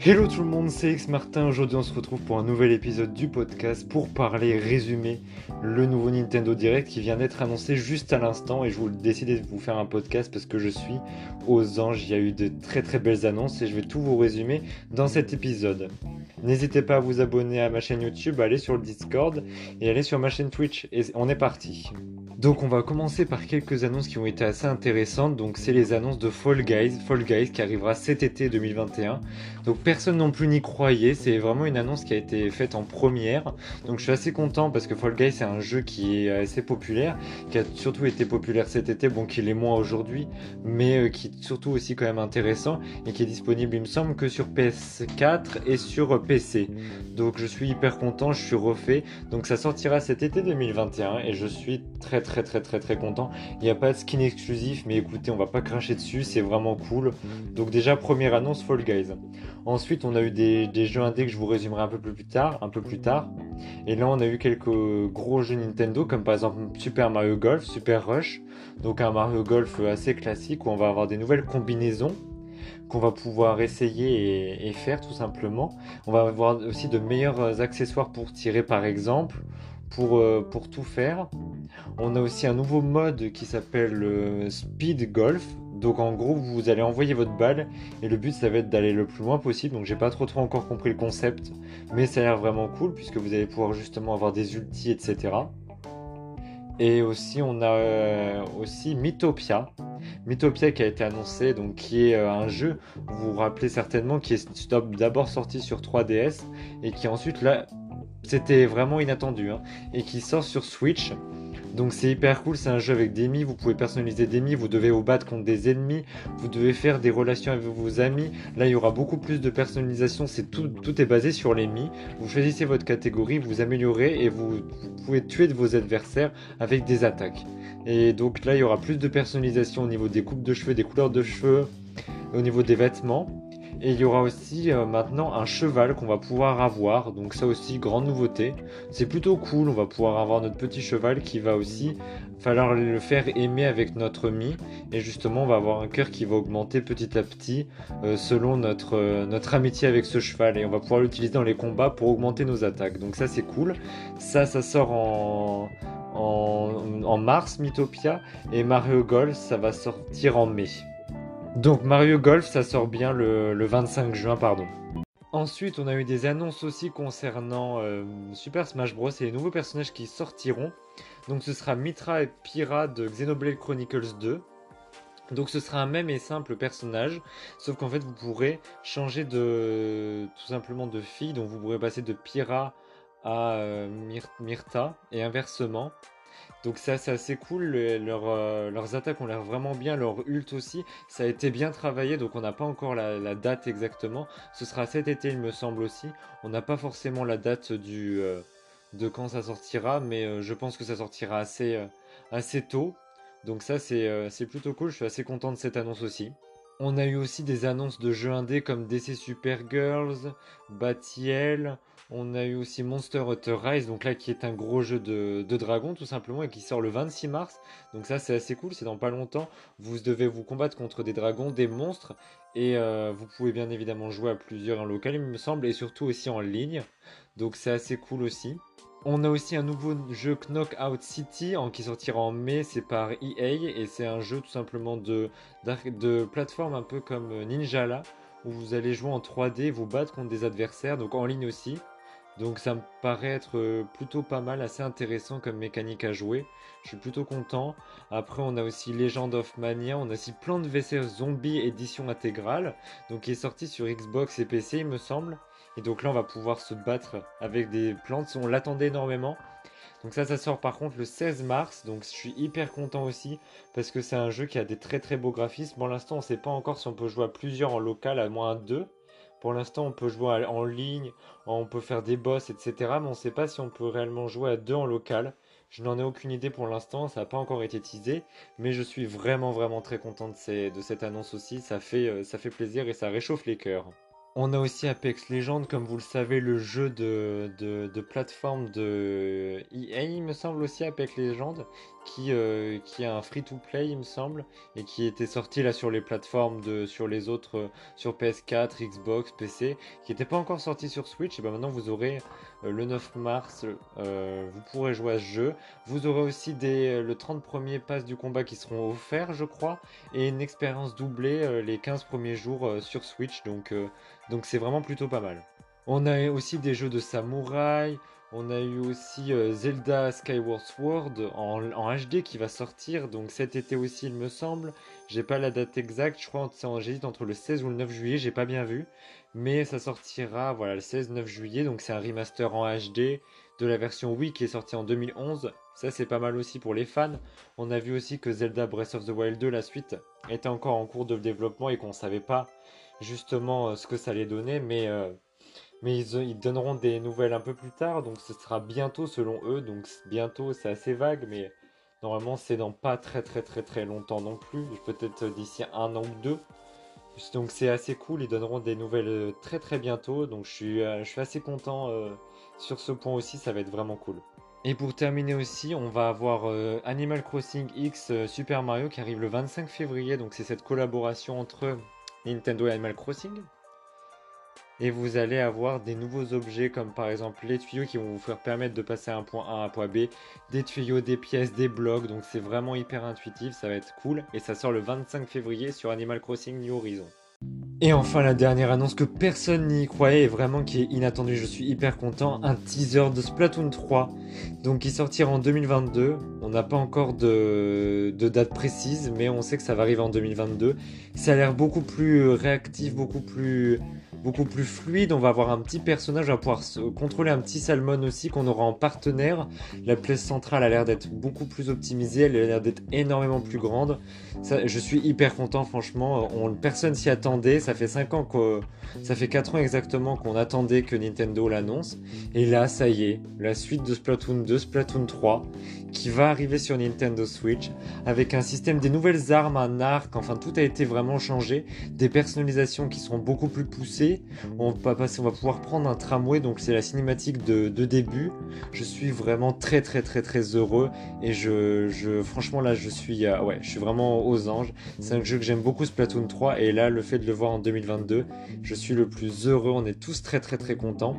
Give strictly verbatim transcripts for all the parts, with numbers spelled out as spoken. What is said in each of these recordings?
Hello tout le monde, c'est X Martin. Aujourd'hui on se retrouve pour un nouvel épisode du podcast pour parler, résumer le nouveau Nintendo Direct qui vient d'être annoncé juste à l'instant, et je vous décidé de vous faire un podcast parce que je suis aux anges. Il y a eu de très très belles annonces et je vais tout vous résumer dans cet épisode. N'hésitez pas à vous abonner à ma chaîne YouTube, à aller sur le Discord et aller sur ma chaîne Twitch, et on est parti. Donc on va commencer par quelques annonces qui ont été assez intéressantes. Donc c'est les annonces de Fall Guys, Fall Guys qui arrivera cet été deux mille vingt et un. Donc personne non plus n'y croyait, c'est vraiment une annonce qui a été faite en première. Donc je suis assez content parce que Fall Guys c'est un jeu qui est assez populaire, qui a surtout été populaire cet été, bon qu'il est moins aujourd'hui, mais euh, qui est surtout aussi quand même intéressant et qui est disponible il me semble que sur P S quatre et sur P C. Donc je suis hyper content, je suis refait. Donc ça sortira cet été deux mille vingt et un et je suis très très très très très content. Il n'y a pas de skin exclusif, mais écoutez, on va pas cracher dessus, c'est vraiment cool. Donc déjà première annonce Fall Guys. Ensuite, on a eu des, des jeux indés que je vous résumerai un peu plus tard, un peu plus tard. Et là, on a eu quelques gros jeux Nintendo, comme par exemple Super Mario Golf, Super Rush. Donc un Mario Golf assez classique où on va avoir des nouvelles combinaisons qu'on va pouvoir essayer et, et faire tout simplement. On va avoir aussi de meilleurs accessoires pour tirer par exemple, pour, euh, pour tout faire. On a aussi un nouveau mode qui s'appelle euh, Speed Golf. Donc en gros, vous allez envoyer votre balle et le but ça va être d'aller le plus loin possible. Donc j'ai pas trop trop encore compris le concept, mais ça a l'air vraiment cool puisque vous allez pouvoir justement avoir des ultis, et cetera. Et aussi on a euh, aussi Mythopia. Mythopia qui a été annoncé, donc qui est euh, un jeu, vous vous rappelez certainement, qui est d'abord sorti sur trois D S et qui ensuite là, c'était vraiment inattendu, hein, et qui sort sur Switch. Donc c'est hyper cool, c'est un jeu avec des mi, vous pouvez personnaliser des mi, vous devez vous battre contre des ennemis, vous devez faire des relations avec vos amis. Là il y aura beaucoup plus de personnalisation, c'est tout, tout est basé sur les mi. Vous choisissez votre catégorie, vous améliorez et vous, vous pouvez tuer de vos adversaires avec des attaques. Et donc là il y aura plus de personnalisation au niveau des coupes de cheveux, des couleurs de cheveux, au niveau des vêtements. Et il y aura aussi euh, maintenant un cheval qu'on va pouvoir avoir, donc ça aussi, grande nouveauté. C'est plutôt cool, on va pouvoir avoir notre petit cheval qui va aussi falloir le faire aimer avec notre mi. Et justement, on va avoir un cœur qui va augmenter petit à petit euh, selon notre, euh, notre amitié avec ce cheval. Et on va pouvoir l'utiliser dans les combats pour augmenter nos attaques. Donc ça, c'est cool. Ça, ça sort en, en, en mars, Mythopia. Et Mario Golf, ça va sortir en mai. Donc Mario Golf, ça sort bien le, le vingt-cinq juin, pardon. Ensuite, on a eu des annonces aussi concernant euh, Super Smash Bros. Et les nouveaux personnages qui sortiront. Donc ce sera Mythra et Pyra de Xenoblade Chronicles deux. Donc ce sera un même et simple personnage, sauf qu'en fait vous pourrez changer de tout simplement de fille, donc vous pourrez passer de Pyra à euh, Myr- Myrtha et inversement. Donc ça c'est assez cool, le- leur, euh, leurs attaques ont l'air vraiment bien, leur ult aussi, ça a été bien travaillé, donc on n'a pas encore la, la date exactement. Ce sera cet été il me semble aussi, on n'a pas forcément la date du, euh, de quand ça sortira, mais euh, je pense que ça sortira assez, euh, assez tôt. Donc ça c'est euh, c'est plutôt cool, je suis assez content de cette annonce aussi. On a eu aussi des annonces de jeux indés comme D C Super Girls, Batiel. On a eu aussi Monster Hunter Rise, donc là qui est un gros jeu de, de dragon tout simplement et qui sort le vingt-six mars. Donc ça c'est assez cool, c'est dans pas longtemps. Vous devez vous combattre contre des dragons, des monstres et euh, vous pouvez bien évidemment jouer à plusieurs en local il me semble et surtout aussi en ligne. Donc c'est assez cool aussi. On a aussi un nouveau jeu Knockout City en, qui sortira en mai, c'est par E A et c'est un jeu tout simplement de, de plateforme un peu comme Ninjala où vous allez jouer en trois D, vous battre contre des adversaires, donc en ligne aussi. Donc ça me paraît être euh, plutôt pas mal, assez intéressant comme mécanique à jouer. Je suis plutôt content. Après on a aussi Legend of Mania, on a aussi Plants vs Zombie édition intégrale, donc qui est sorti sur Xbox et P C il me semble. Et donc là on va pouvoir se battre avec des plantes, on l'attendait énormément. Donc ça, ça sort par contre le seize mars, donc je suis hyper content aussi parce que c'est un jeu qui a des très très beaux graphismes. Pour l'instant, on ne sait pas encore si on peut jouer à plusieurs en local, à moins deux. Pour l'instant, on peut jouer en ligne, on peut faire des boss, et cetera. Mais on ne sait pas si on peut réellement jouer à deux en local. Je n'en ai aucune idée pour l'instant, ça n'a pas encore été teasé, mais je suis vraiment vraiment très content de, ces- de cette annonce aussi. Ça fait, euh, ça fait plaisir et ça réchauffe les cœurs. On a aussi Apex Legends, comme vous le savez, le jeu de, de, de plateforme de E A, il me semble aussi, Apex Legends, qui, euh, qui est un free-to-play, il me semble, et qui était sorti là sur les plateformes, de, sur les autres, euh, sur P S quatre, Xbox, P C, qui n'était pas encore sorti sur Switch. Et ben maintenant vous aurez euh, le neuf mars, euh, vous pourrez jouer à ce jeu. Vous aurez aussi des, le trente premiers passes du combat qui seront offerts, je crois, et une expérience doublée euh, les quinze premiers jours euh, sur Switch, donc euh, donc c'est vraiment plutôt pas mal. On a aussi des jeux de samouraï. On a eu aussi euh, Zelda Skyward Sword en, en H D qui va sortir, donc cet été aussi il me semble. J'ai pas la date exacte, je crois que j'hésite entre le seize ou le neuf juillet, j'ai pas bien vu. Mais ça sortira voilà, le seize neuf juillet, donc c'est un remaster en H D de la version Wii qui est sortie en deux mille onze. Ça c'est pas mal aussi pour les fans. On a vu aussi que Zelda Breath of the Wild deux, la suite, était encore en cours de développement et qu'on savait pas justement euh, ce que ça allait donner, mais... euh, mais ils, ils donneront des nouvelles un peu plus tard, donc ce sera bientôt selon eux. Donc bientôt, c'est assez vague, mais normalement, c'est dans pas très très très très longtemps non plus. Peut-être d'ici un an ou deux. Donc c'est assez cool. Ils donneront des nouvelles euh, très très bientôt. Donc je suis, euh, je suis assez content euh, sur ce point aussi. Ça va être vraiment cool. Et pour terminer aussi, on va avoir euh, Animal Crossing X euh, Super Mario qui arrive le vingt-cinq février. Donc c'est cette collaboration entre Nintendo et Animal Crossing. Et vous allez avoir des nouveaux objets comme par exemple les tuyaux qui vont vous faire permettre de passer à un point A à un point B, des tuyaux, des pièces, des blocs, donc c'est vraiment hyper intuitif, ça va être cool. Et ça sort le vingt-cinq février sur Animal Crossing New Horizons. Et enfin la dernière annonce que personne n'y croyait et vraiment qui est inattendue, je suis hyper content, un teaser de Splatoon trois, donc qui sortira en deux mille vingt-deux. On n'a pas encore de, de date précise, mais on sait que ça va arriver en deux mille vingt-deux. Ça a l'air beaucoup plus réactif, beaucoup plus, beaucoup plus fluide. On va avoir un petit personnage, on va pouvoir contrôler un petit Salmon aussi qu'on aura en partenaire. La place centrale a l'air d'être beaucoup plus optimisée, elle a l'air d'être énormément plus grande. Ça, je suis hyper content franchement, on, personne s'y attendait. Ça fait cinq ans que, ça fait quatre ans exactement qu'on attendait que Nintendo l'annonce. Et là, ça y est, la suite de Splatoon deux, Splatoon trois, qui va arriver sur Nintendo Switch, avec un système, des nouvelles armes, un arc, enfin tout a été vraiment changé, des personnalisations qui seront beaucoup plus poussées. On va passer, on va pouvoir prendre un tramway, donc c'est la cinématique de, de début. Je suis vraiment très très très très heureux et je, je franchement là je suis, euh, ouais, je suis vraiment aux anges. C'est un jeu que j'aime beaucoup, Splatoon trois, et là le fait de le voir en deux mille vingt-deux, je suis le plus heureux, on est tous très très très contents.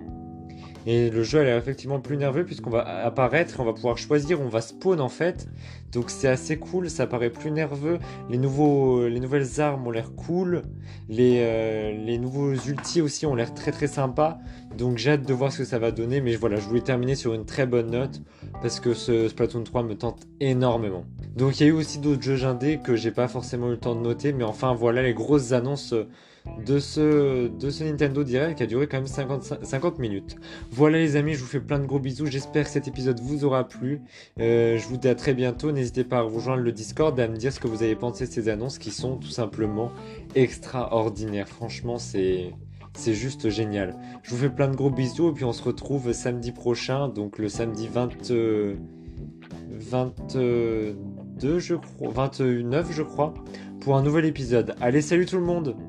Et le jeu a l'air effectivement plus nerveux puisqu'on va apparaître, on va pouvoir choisir, on va spawn en fait. Donc c'est assez cool, ça paraît plus nerveux. Les, nouveaux, les nouvelles armes ont l'air cool. Les, euh, les nouveaux ultis aussi ont l'air très très sympas. Donc j'ai hâte de voir ce que ça va donner. Mais voilà, je voulais terminer sur une très bonne note parce que ce Splatoon trois me tente énormément. Donc il y a eu aussi d'autres jeux indés que j'ai pas forcément eu le temps de noter. Mais enfin voilà les grosses annonces de ce, de ce Nintendo Direct qui a duré quand même cinquante, cinquante minutes. Voilà les amis, je vous fais plein de gros bisous, j'espère que cet épisode vous aura plu. Euh, je vous dis à très bientôt, n'hésitez pas à rejoindre le Discord et à me dire ce que vous avez pensé de ces annonces qui sont tout simplement extraordinaires. Franchement, c'est... c'est juste génial. Je vous fais plein de gros bisous et puis on se retrouve samedi prochain, donc le samedi vingt, vingt-deux je crois, vingt-neuf je crois, pour un nouvel épisode. Allez, salut tout le monde!